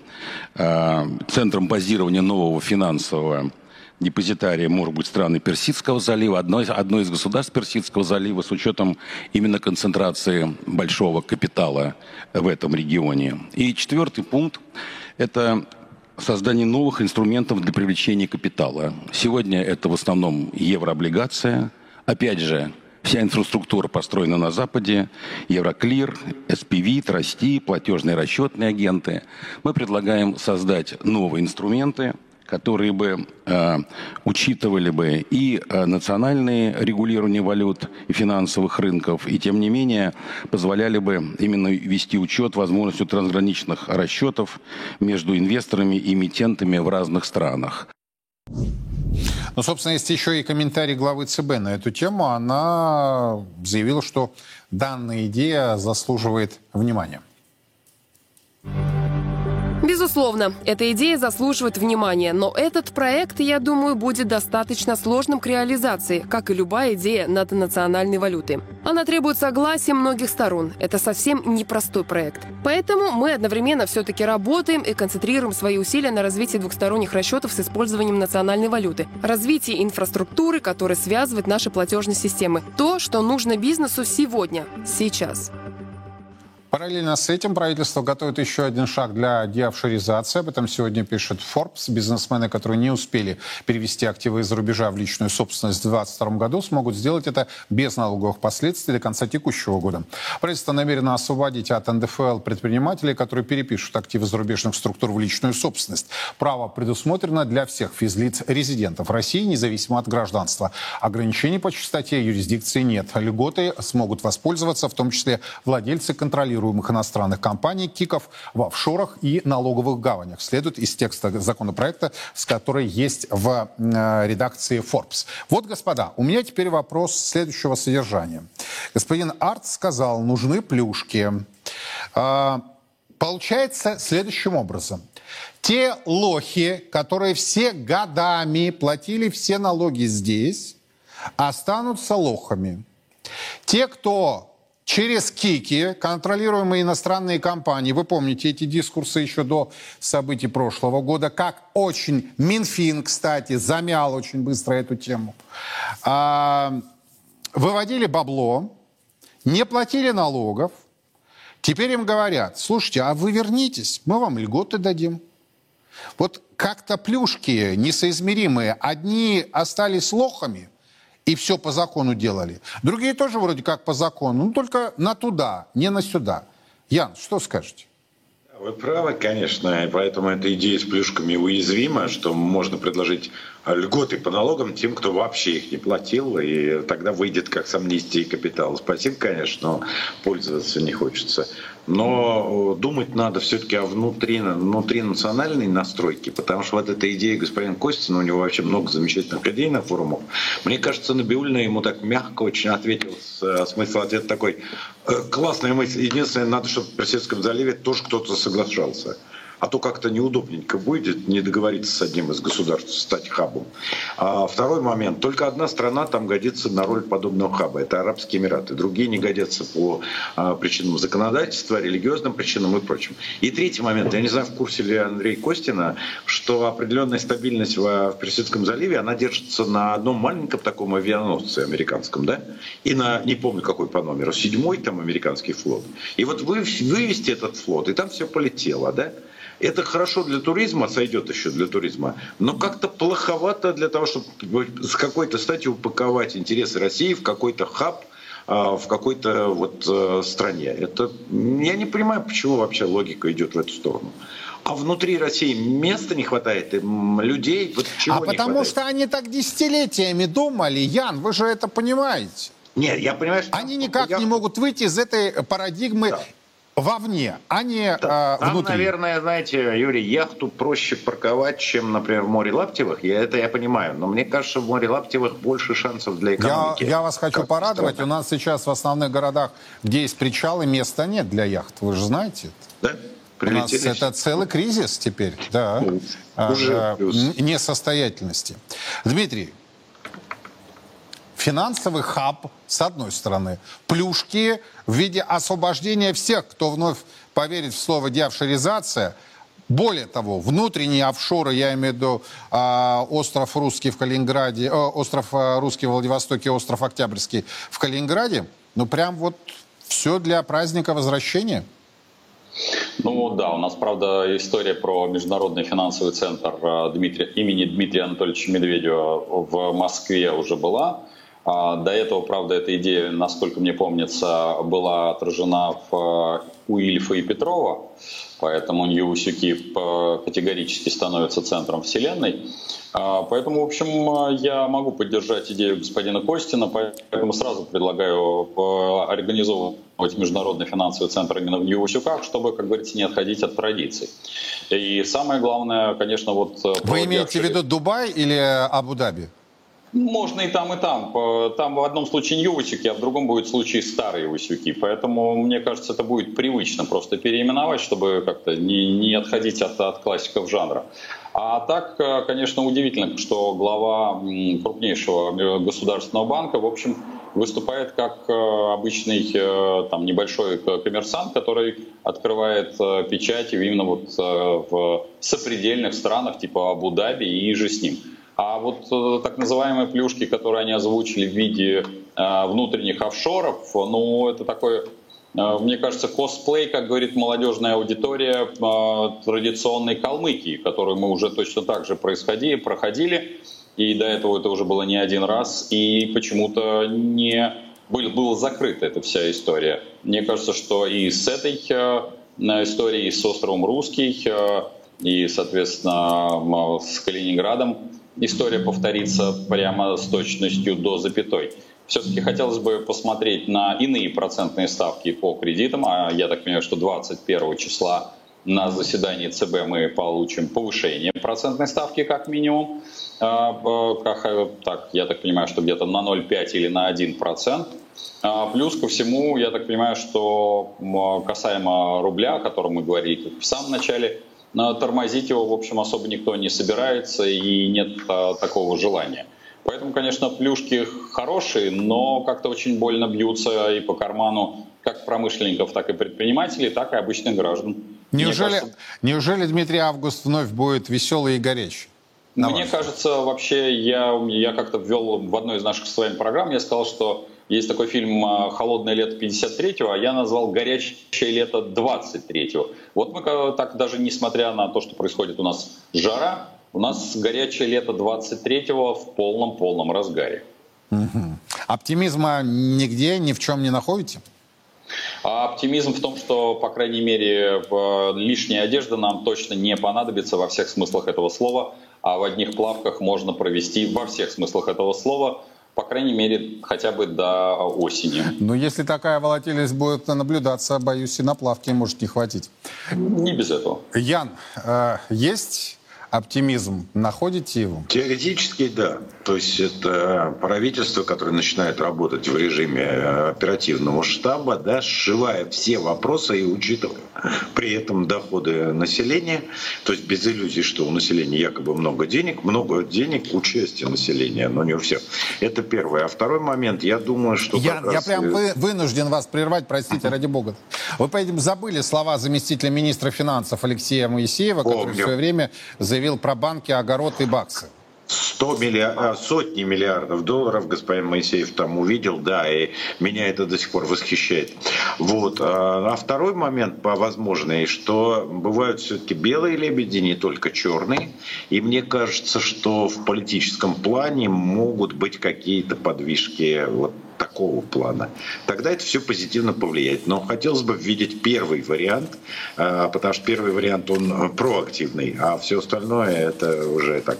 центром базирования нового финансового депозитария может быть страны Персидского залива, одно из государств Персидского залива с учетом именно концентрации большого капитала в этом регионе. И четвертый пункт – это создание новых инструментов для привлечения капитала. Сегодня это в основном еврооблигация. Опять же, вся инфраструктура построена на Западе. Евроклир, SPV, Трасти, платежные расчетные агенты. Мы предлагаем создать новые инструменты, которые бы учитывали бы и национальные регулирования валют и финансовых рынков, и тем не менее позволяли бы именно вести учет возможностью трансграничных расчетов между инвесторами и эмитентами в разных странах. Ну, собственно, есть еще и комментарий главы ЦБ на эту тему. Она заявила, что данная идея заслуживает внимания. Безусловно, эта идея заслуживает внимания, но этот проект, я думаю, будет достаточно сложным к реализации, как и любая идея наднациональной валюты. Она требует согласия многих сторон. Это совсем непростой проект. Поэтому мы одновременно все-таки работаем и концентрируем свои усилия на развитии двухсторонних расчетов с использованием национальной валюты, развитии инфраструктуры, которая связывает наши платежные системы. То, что нужно бизнесу сегодня, сейчас. Параллельно с этим правительство готовит еще один шаг для деофшоризации. Об этом сегодня пишет Forbes. Бизнесмены, которые не успели перевести активы из-за рубежа в личную собственность в 2022 году, смогут сделать это без налоговых последствий до конца текущего года. Правительство намерено освободить от НДФЛ предпринимателей, которые перепишут активы зарубежных структур в личную собственность. Право предусмотрено для всех физлиц резидентов России, независимо от гражданства. Ограничений по частоте юрисдикции нет. Льготы смогут воспользоваться в том числе владельцы контролируемых иностранных компаний, КИКов в офшорах и налоговых гаванях. Следует из текста законопроекта, с которой есть в редакции Forbes. Вот, господа, у меня теперь вопрос следующего содержания. Господин Арт сказал, нужны плюшки. Получается следующим образом. Те лохи, которые все годами платили все налоги здесь, останутся лохами. Те, кто через КИКи, контролируемые иностранные компании, вы помните эти дискурсы еще до событий прошлого года, как очень Минфин, кстати, замял очень быстро эту тему, выводили бабло, не платили налогов, теперь им говорят, слушайте, а вы вернитесь, мы вам льготы дадим. Вот как-то плюшки несоизмеримые, одни остались лохами, и все по закону делали. Другие тоже вроде как по закону, но только на туда, не на сюда. Ян, что скажете? Вы правы, конечно, поэтому эта идея с плюшками уязвима, что можно предложить льготы по налогам тем, кто вообще их не платил, и тогда выйдет как с амнистией капитала. Спасибо, конечно, но пользоваться не хочется. Но думать надо все-таки о внутринациональной настройке, потому что вот эта идея господина Костина, у него вообще много замечательных идей на форумах. Мне кажется, Набиуллина ему так мягко очень ответил, смысл ответа такой: классная мысль, единственное, надо, чтобы в Персидском заливе тоже кто-то соглашался. А то как-то неудобненько будет не договориться с одним из государств, стать хабом. А второй момент. Только одна страна там годится на роль подобного хаба. Это Арабские Эмираты. Другие не годятся по причинам законодательства, религиозным причинам и прочим. И третий момент. Я не знаю, в курсе ли Андрей Костина, что определенная стабильность в Персидском заливе, она держится на одном маленьком таком авианосце американском, да? И на, не помню какой по номеру, 7-й там американский флот. И вот вывести этот флот, и там все полетело, да? Это хорошо для туризма, сойдет еще для туризма, но как-то плоховато для того, чтобы с какой-то стати упаковать интересы России в какой-то хаб, в какой-то вот стране. Это, я не понимаю, почему вообще логика идет в эту сторону. А внутри России места не хватает, людей, вот чего не потому хватает? Что они так десятилетиями думали. Ян, вы же это понимаете. Нет, я понимаю, что... Они никак не могут выйти из этой парадигмы... Да. Вовне, а не внутри. Там, наверное, знаете, Юрий, яхту проще парковать, чем, например, в море Лаптевых. Это я понимаю. Но мне кажется, в море Лаптевых больше шансов для экономики. Я вас хочу порадовать. У нас сейчас в основных городах, где есть причалы, места нет для яхт. Вы же знаете это. Да? У нас это целый кризис теперь. Да. Уже несостоятельности. Дмитрий, финансовый хаб, с одной стороны, плюшки в виде освобождения всех, кто вновь поверит в слово деофшоризация. Более того, внутренние офшоры, я имею в виду остров Русский в Калининграде, остров Русский в Владивостоке, остров Октябрьский в Калининграде, ну прям вот все для праздника возвращения. Ну да, у нас, правда, история про Международный финансовый центр имени Дмитрия Анатольевича Медведева в Москве уже была. До этого, правда, эта идея, насколько мне помнится, была отражена у Ильфа и Петрова, поэтому Нью-Усюки категорически становится центром вселенной. Поэтому, в общем, я могу поддержать идею господина Костина, поэтому сразу предлагаю организовывать Международный финансовый центр именно в Нью-Усюках, чтобы, как говорится, не отходить от традиций. И самое главное, конечно, вот... Вы имеете в виду Дубай или Абу-Даби? Можно и там, и там. Там в одном случае не Иосюки, а в другом будет случай старые Иосюки. Поэтому, мне кажется, это будет привычно просто переименовать, чтобы как-то не отходить от классиков жанра. А так, конечно, удивительно, что глава крупнейшего государственного банка, в общем, выступает как обычный там, небольшой коммерсант, который открывает печати именно вот в сопредельных странах типа Абу-Даби и же с ним. А вот так называемые плюшки, которые они озвучили в виде внутренних офшоров, ну, это такой, мне кажется, косплей, как говорит молодежная аудитория, традиционной Калмыкии, которую мы уже точно так же проходили, и до этого это уже было не один раз, и почему-то была закрыта эта вся история. Мне кажется, что и с этой историей, и с островом Русский, и, соответственно, с Калининградом история повторится прямо с точностью до запятой. Все-таки хотелось бы посмотреть на иные процентные ставки по кредитам. А я так понимаю, что 21 числа на заседании ЦБ мы получим повышение процентной ставки как минимум. Так, я так понимаю, что где-то на 0,5 или на 1%. Плюс ко всему, я так понимаю, что касаемо рубля, о котором мы говорили в самом начале, тормозить его, в общем, особо никто не собирается и нет такого желания. Поэтому, конечно, плюшки хорошие, но как-то очень больно бьются и по карману как промышленников, так и предпринимателей, так и обычных граждан. Неужели Дмитрий Август вновь будет веселый и горячий? Мне кажется, вообще, я как-то ввел в одной из наших с вами программ, я сказал, что есть такой фильм «Холодное лето 53-го», а я назвал «Горячее лето 23-го». Вот мы так, даже несмотря на то, что происходит у нас жара, у нас горячее лето 23-го в полном разгаре. Угу. Оптимизма нигде, ни в чем не находите? А оптимизм в том, что, по крайней мере, лишняя одежда нам точно не понадобится во всех смыслах этого слова, а в одних плавках можно провести во всех смыслах этого слова, по крайней мере, хотя бы до осени. Но если такая волатильность будет наблюдаться, боюсь, и на плавке может не хватить. Не без этого. Ян, есть оптимизм? Находите его? Теоретически, да. То есть это правительство, которое начинает работать в режиме оперативного штаба, да, сшивает все вопросы и учитывая при этом доходы населения. То есть без иллюзий, что у населения якобы много денег, участия населения, но не у всех. Это первое. А второй момент, я думаю, что... Ян, я прям вынужден вас прервать, простите, ради бога. Вы, по-видимому, забыли слова заместителя министра финансов Алексея Моисеева, который в свое время заявил про банки, огород и баксы. Сотни миллиардов долларов господин Моисеев там увидел, да, и меня это до сих пор восхищает. Вот. А второй момент возможный, что бывают все-таки белые лебеди, не только черные, и мне кажется, что в политическом плане могут быть какие-то подвижки вот такого плана. Тогда это все позитивно повлияет. Но хотелось бы видеть первый вариант, потому что первый вариант, он проактивный, а все остальное это уже так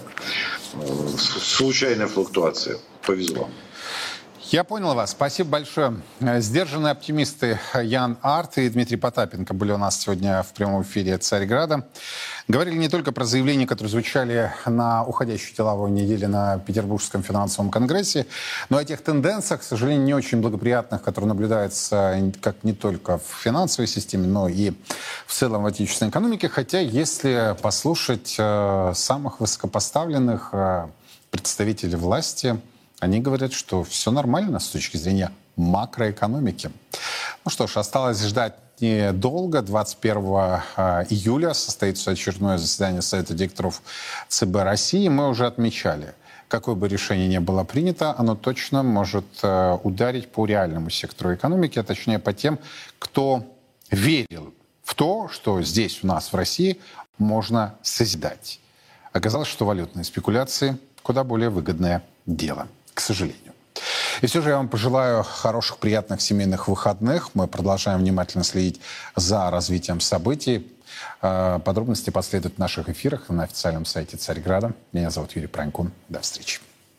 случайная флуктуация. Повезло. Я понял вас. Спасибо большое. Сдержанные оптимисты Ян Арт и Дмитрий Потапенко были у нас сегодня в прямом эфире Царьграда. Говорили не только про заявления, которые звучали на уходящей деловой неделе на Петербургском финансовом конгрессе, но о тех тенденциях, к сожалению, не очень благоприятных, которые наблюдаются как не только в финансовой системе, но и в целом в отечественной экономике. Хотя, если послушать самых высокопоставленных представителей власти, они говорят, что все нормально с точки зрения макроэкономики. Ну что ж, осталось ждать недолго. 21 июля состоится очередное заседание Совета директоров ЦБ России. Мы уже отмечали, какое бы решение ни было принято, оно точно может ударить по реальному сектору экономики, а точнее по тем, кто верил в то, что здесь у нас в России можно созидать. Оказалось, что валютные спекуляции куда более выгодное дело, к сожалению. И все же я вам пожелаю хороших, приятных семейных выходных. Мы продолжаем внимательно следить за развитием событий. Подробности последуют в наших эфирах на официальном сайте Царьграда. Меня зовут Юрий Пронько. До встречи.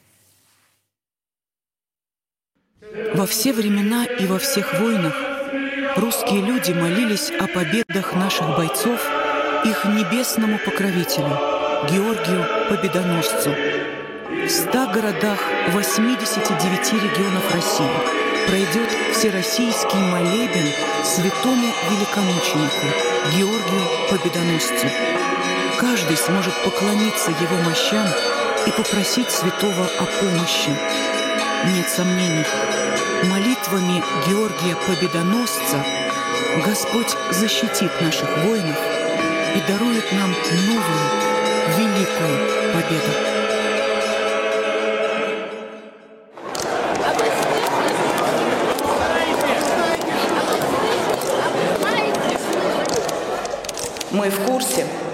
Во все времена и во всех войнах русские люди молились о победах наших бойцов их небесному покровителю, Георгию Победоносцу. в 100 городах 89 регионов России пройдет всероссийский молебен святому великомученику Георгию Победоносцу. Каждый сможет поклониться его мощам и попросить святого о помощи. Нет сомнений, молитвами Георгия Победоносца Господь защитит наших воинов и дарует нам новую, великую победу. Мы в курсе,